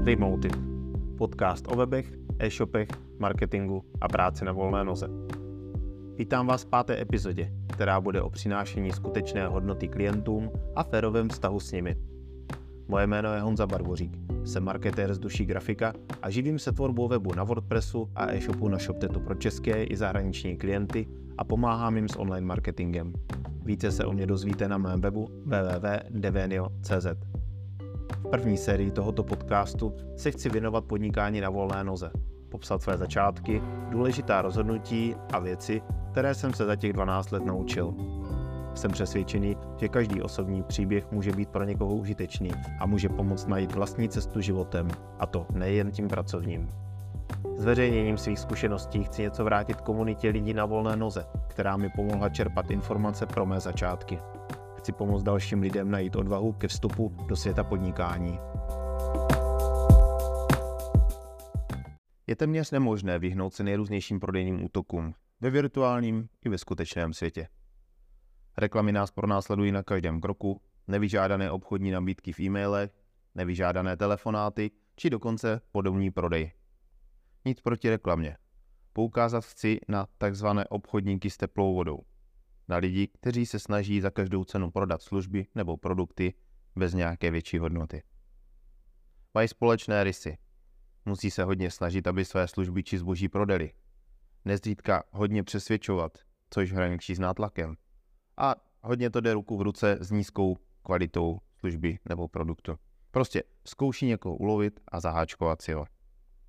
Remoted. Podcast o webech, e-shopech, marketingu a práci na volné noze. Vítám vás v 5. epizodě, která bude o přinášení skutečné hodnoty klientům a férovém vztahu s nimi. Moje jméno je Honza Barbořík, jsem marketér z duší grafika a živím se tvorbou webu na WordPressu a e-shopu na ShopTetu pro české i zahraniční klienty a pomáhám jim s online marketingem. Více se o mě dozvíte na mém webu www.devenio.cz. V první sérii tohoto podcastu se chci věnovat podnikání na volné noze, popsat své začátky, důležitá rozhodnutí a věci, které jsem se za těch 12 let naučil. Jsem přesvědčený, že každý osobní příběh může být pro někoho užitečný a může pomoct najít vlastní cestu životem, a to nejen tím pracovním. Zveřejněním svých zkušeností chci něco vrátit komunitě lidí na volné noze, která mi pomohla čerpat informace pro mé začátky. Chci pomoct dalším lidem najít odvahu ke vstupu do světa podnikání. Je téměř nemožné vyhnout se nejrůznějším prodejním útokům, ve virtuálním i ve skutečném světě. Reklamy nás pronásledují na každém kroku, nevyžádané obchodní nabídky v e-mailech, nevyžádané telefonáty či dokonce podomní prodej. Nic proti reklamě. Poukázat chci na takzvané obchodníky s teplou vodou. Na lidi, kteří se snaží za každou cenu prodat služby nebo produkty bez nějaké větší hodnoty. Mají společné rysy. Musí se hodně snažit, aby své služby či zboží prodali. Nezřídka hodně přesvědčovat, což hraničí s nátlakem. A hodně to jde ruku v ruce s nízkou kvalitou služby nebo produktu. Prostě zkouší někoho ulovit a zaháčkovat si ho.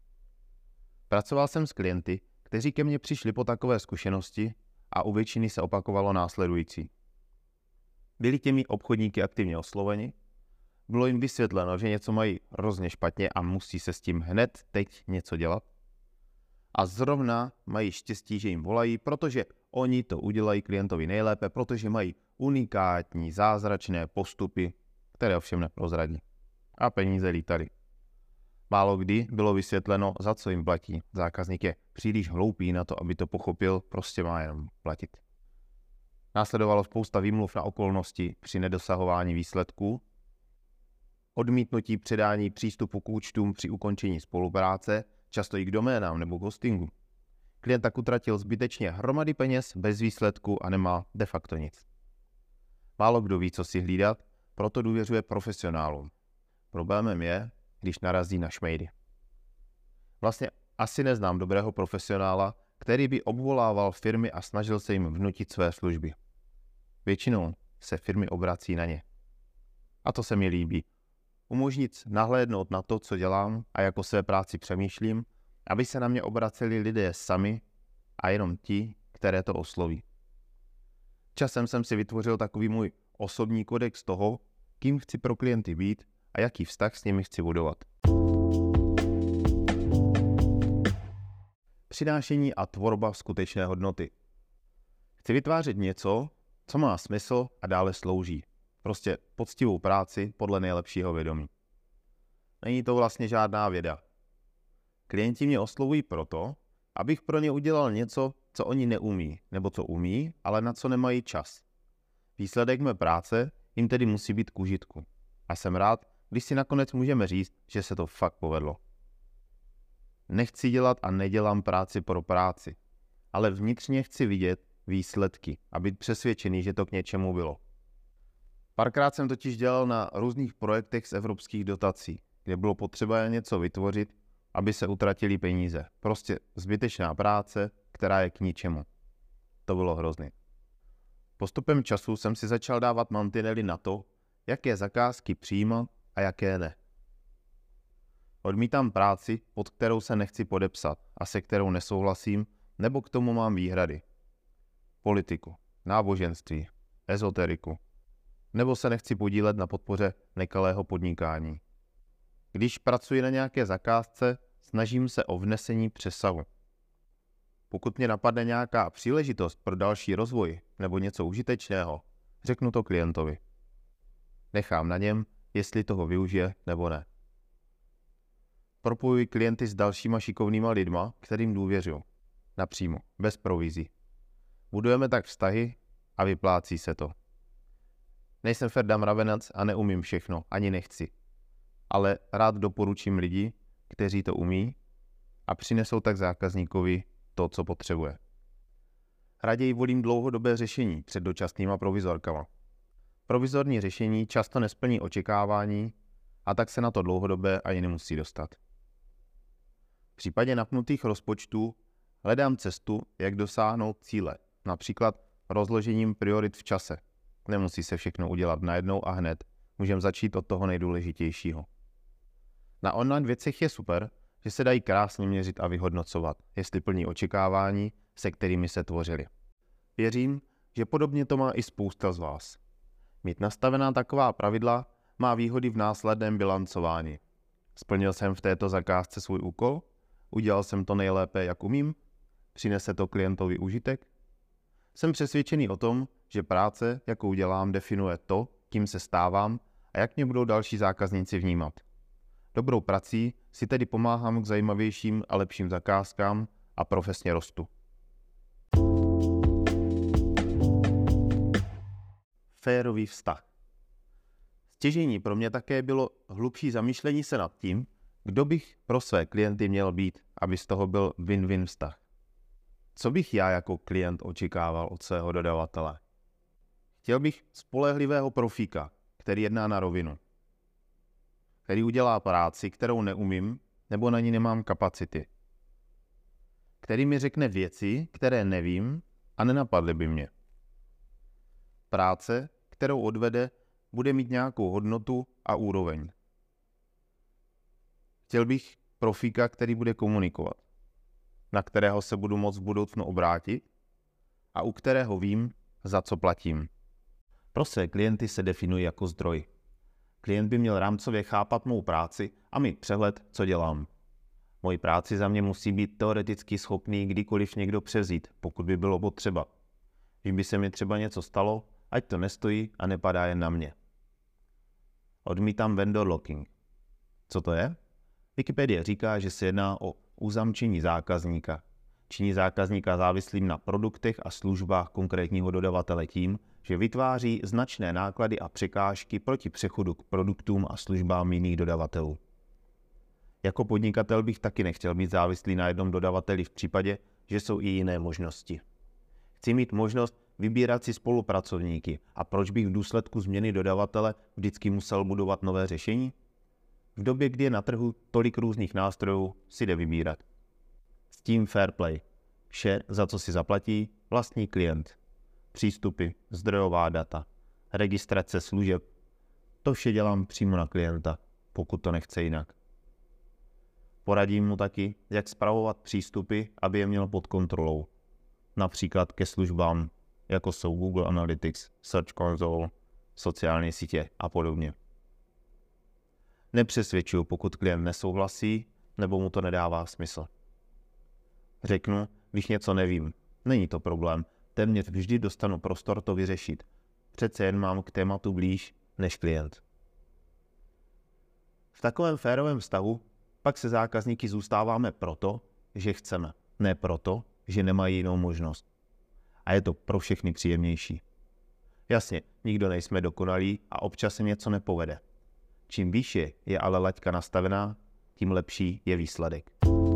Pracoval jsem s klienty, kteří ke mně přišli po takové zkušenosti a u většiny se opakovalo následující. Byli těmi obchodníky aktivně osloveni, bylo jim vysvětleno, že něco mají hrozně špatně a musí se s tím hned teď něco dělat. A zrovna mají štěstí, že jim volají, protože oni to udělají klientovi nejlépe, protože mají unikátní, zázračné postupy, které ovšem neprozradí. A peníze lítaly. Málo kdy bylo vysvětleno, za co jim platí. Zákazník je příliš hloupý na to, aby to pochopil, prostě má jenom platit. Následovalo spousta výmluv na okolnosti při nedosahování výsledků, odmítnutí předání přístupu k účtům při ukončení spolupráce, často i k doménám nebo k hostingu. Klient tak utratil zbytečně hromady peněz bez výsledku a nemá de facto nic. Málo kdo ví, co si hlídat, proto důvěřuje profesionálům. Problémem je, když narazí na šmejdy. Vlastně asi neznám dobrého profesionála, který by obvolával firmy a snažil se jim vnutit své služby. Většinou se firmy obrací na ně. A to se mi líbí. Umožnit nahlédnout na to, co dělám a jak o své práci přemýšlím, aby se na mě obraceli lidé sami a jenom ti, které to osloví. Časem jsem si vytvořil takový můj osobní kodex toho, kým chci pro klienty být a jaký vztah s nimi chci budovat. Přinášení a tvorba skutečné hodnoty. Chci vytvářet něco, co má smysl a dále slouží. Prostě poctivou práci podle nejlepšího vědomí. Není to vlastně žádná věda. Klienti mě oslovují proto, abych pro ně udělal něco, co oni neumí, nebo co umí, ale na co nemají čas. Výsledek mé práce jim tedy musí být k užitku. A jsem rád, když si nakonec můžeme říct, že se to fakt povedlo. Nechci dělat a nedělám práci pro práci, ale vnitřně chci vidět výsledky a být přesvědčený, že to k něčemu bylo. Párkrát jsem totiž dělal na různých projektech z evropských dotací, kde bylo potřeba něco vytvořit, aby se utratily peníze. Prostě zbytečná práce, která je k ničemu. To bylo hrozný. Postupem času jsem si začal dávat mantinely na to, jaké zakázky přijímat a jaké ne. Odmítám práci, pod kterou se nechci podepsat a se kterou nesouhlasím, nebo k tomu mám výhrady. Politiku, náboženství, ezoteriku. Nebo se nechci podílet na podpoře nekalého podnikání. Když pracuji na nějaké zakázce, snažím se o vnesení přesahu. Pokud mě napadne nějaká příležitost pro další rozvoj nebo něco užitečného, řeknu to klientovi. Nechám na něm, jestli toho využije nebo ne. Propojuji klienty s dalšíma šikovnýma lidma, kterým důvěřuji. Napřímo, bez provizí. Budujeme tak vztahy a vyplácí se to. Nejsem Ferda Mravenec a neumím všechno, ani nechci. ale rád doporučím lidi, kteří to umí a přinesou tak zákazníkovi to, co potřebuje. Raději volím dlouhodobé řešení před dočasnýma provizorkama. Provizorní řešení často nesplní očekávání a tak se na to dlouhodobé ani nemusí dostat. V případě napnutých rozpočtů hledám cestu, jak dosáhnout cíle, například rozložením priorit v čase. Nemusí se všechno udělat najednou a hned, můžeme začít od toho nejdůležitějšího. Na online věcech je super, že se dají krásně měřit a vyhodnocovat, jestli plní očekávání, se kterými se tvořili. Věřím, že podobně to má i spousta z vás. Mít nastavená taková pravidla má výhody v následném bilancování. Splnil jsem v této zakázce svůj úkol? Udělal jsem to nejlépe, jak umím? Přinese to klientovi užitek? Jsem přesvědčený o tom, že práce, jakou dělám, definuje to, kým se stávám a jak mě budou další zákazníci vnímat. Dobrou prací si tedy pomáhám k zajímavějším a lepším zakázkám a profesně rostu. Férový vztah. Stěžejní pro mě také bylo hlubší zamýšlení se nad tím, kdo bych pro své klienty měl být, aby z toho byl win-win vztah. Co bych já jako klient očekával od svého dodavatele? Chtěl bych spolehlivého profíka, který jedná na rovinu, který udělá práci, kterou neumím nebo na ní nemám kapacity, který mi řekne věci, které nevím a nenapadly by mě. Práce, kterou odvede, bude mít nějakou hodnotu a úroveň. Chtěl bych profíka, který bude komunikovat, na kterého se budu moct v budoucnu obrátit a u kterého vím, za co platím. Pro své klienty se definuji jako zdroj. Klient by měl rámcově chápat mou práci a mít přehled, co dělám. Moji práci za mě musí být teoreticky schopný kdykoliv někdo převzít, pokud by bylo potřeba. Když by se mi třeba něco stalo, ať to nestojí a nepadá jen na mě. Odmítám vendor locking. Co to je? Wikipedie říká, že se jedná o uzamčení zákazníka. Činí zákazníka závislým na produktech a službách konkrétního dodavatele tím, že vytváří značné náklady a překážky proti přechodu k produktům a službám jiných dodavatelů. Jako podnikatel bych taky nechtěl být závislý na jednom dodavateli v případě, že jsou i jiné možnosti. Chci mít možnost vybírat si spolupracovníky a proč bych v důsledku změny dodavatele vždycky musel budovat nové řešení? V době, kdy je na trhu tolik různých nástrojů, si jde vybírat. S tím fair play. Vše, za co si zaplatí, vlastní klient. Přístupy, zdrojová data, registrace služeb. To vše dělám přímo na klienta, pokud to nechce jinak. Poradím mu taky, jak spravovat přístupy, aby je měl pod kontrolou. Například ke službám, jako jsou Google Analytics, Search Console, sociální sítě a podobně. Nepřesvědčuju, pokud klient nesouhlasí, nebo mu to nedává smysl. Řeknu, když něco nevím, není to problém, téměř vždy dostanu prostor to vyřešit. Přece jen mám k tématu blíž než klient. V takovém férovém vztahu pak se zákazníky zůstáváme proto, že chceme, ne proto, že nemají jinou možnost. A je to pro všechny příjemnější. Jasně, nikdo nejsme dokonalí a občas se něco nepovede. Čím výše je ale laťka nastavená, tím lepší je výsledek.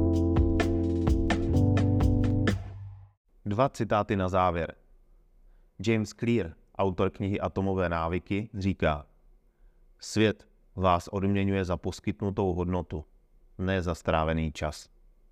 2 citáty na závěr. James Clear, autor knihy Atomové návyky, říká: Svět vás odměňuje za poskytnutou hodnotu, ne za strávený čas.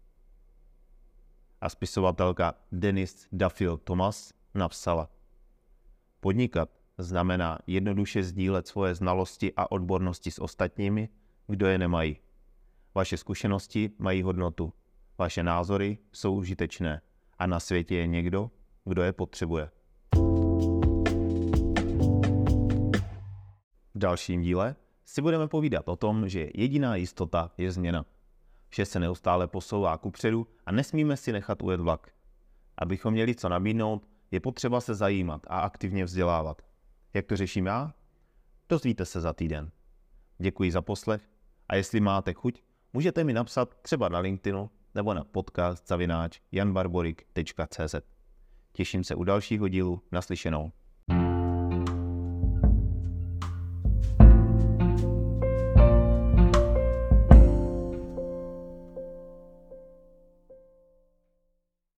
A spisovatelka Denise Duffield Thomas napsala: Podnikat znamená jednoduše sdílet svoje znalosti a odbornosti s ostatními, kdo je nemají. Vaše zkušenosti mají hodnotu, vaše názory jsou užitečné a na světě je někdo, kdo je potřebuje. V dalším díle si budeme povídat o tom, že jediná jistota je změna. Vše se neustále posouvá kupředu a nesmíme si nechat ujet vlak. Abychom měli co nabídnout, je potřeba se zajímat a aktivně vzdělávat. Jak to řeším já? Dozvíte se za týden. Děkuji za poslech a jestli máte chuť, můžete mi napsat třeba na LinkedInu nebo na podcast @janbarborik.cz. Těším se u dalšího dílu. Naslyšenou.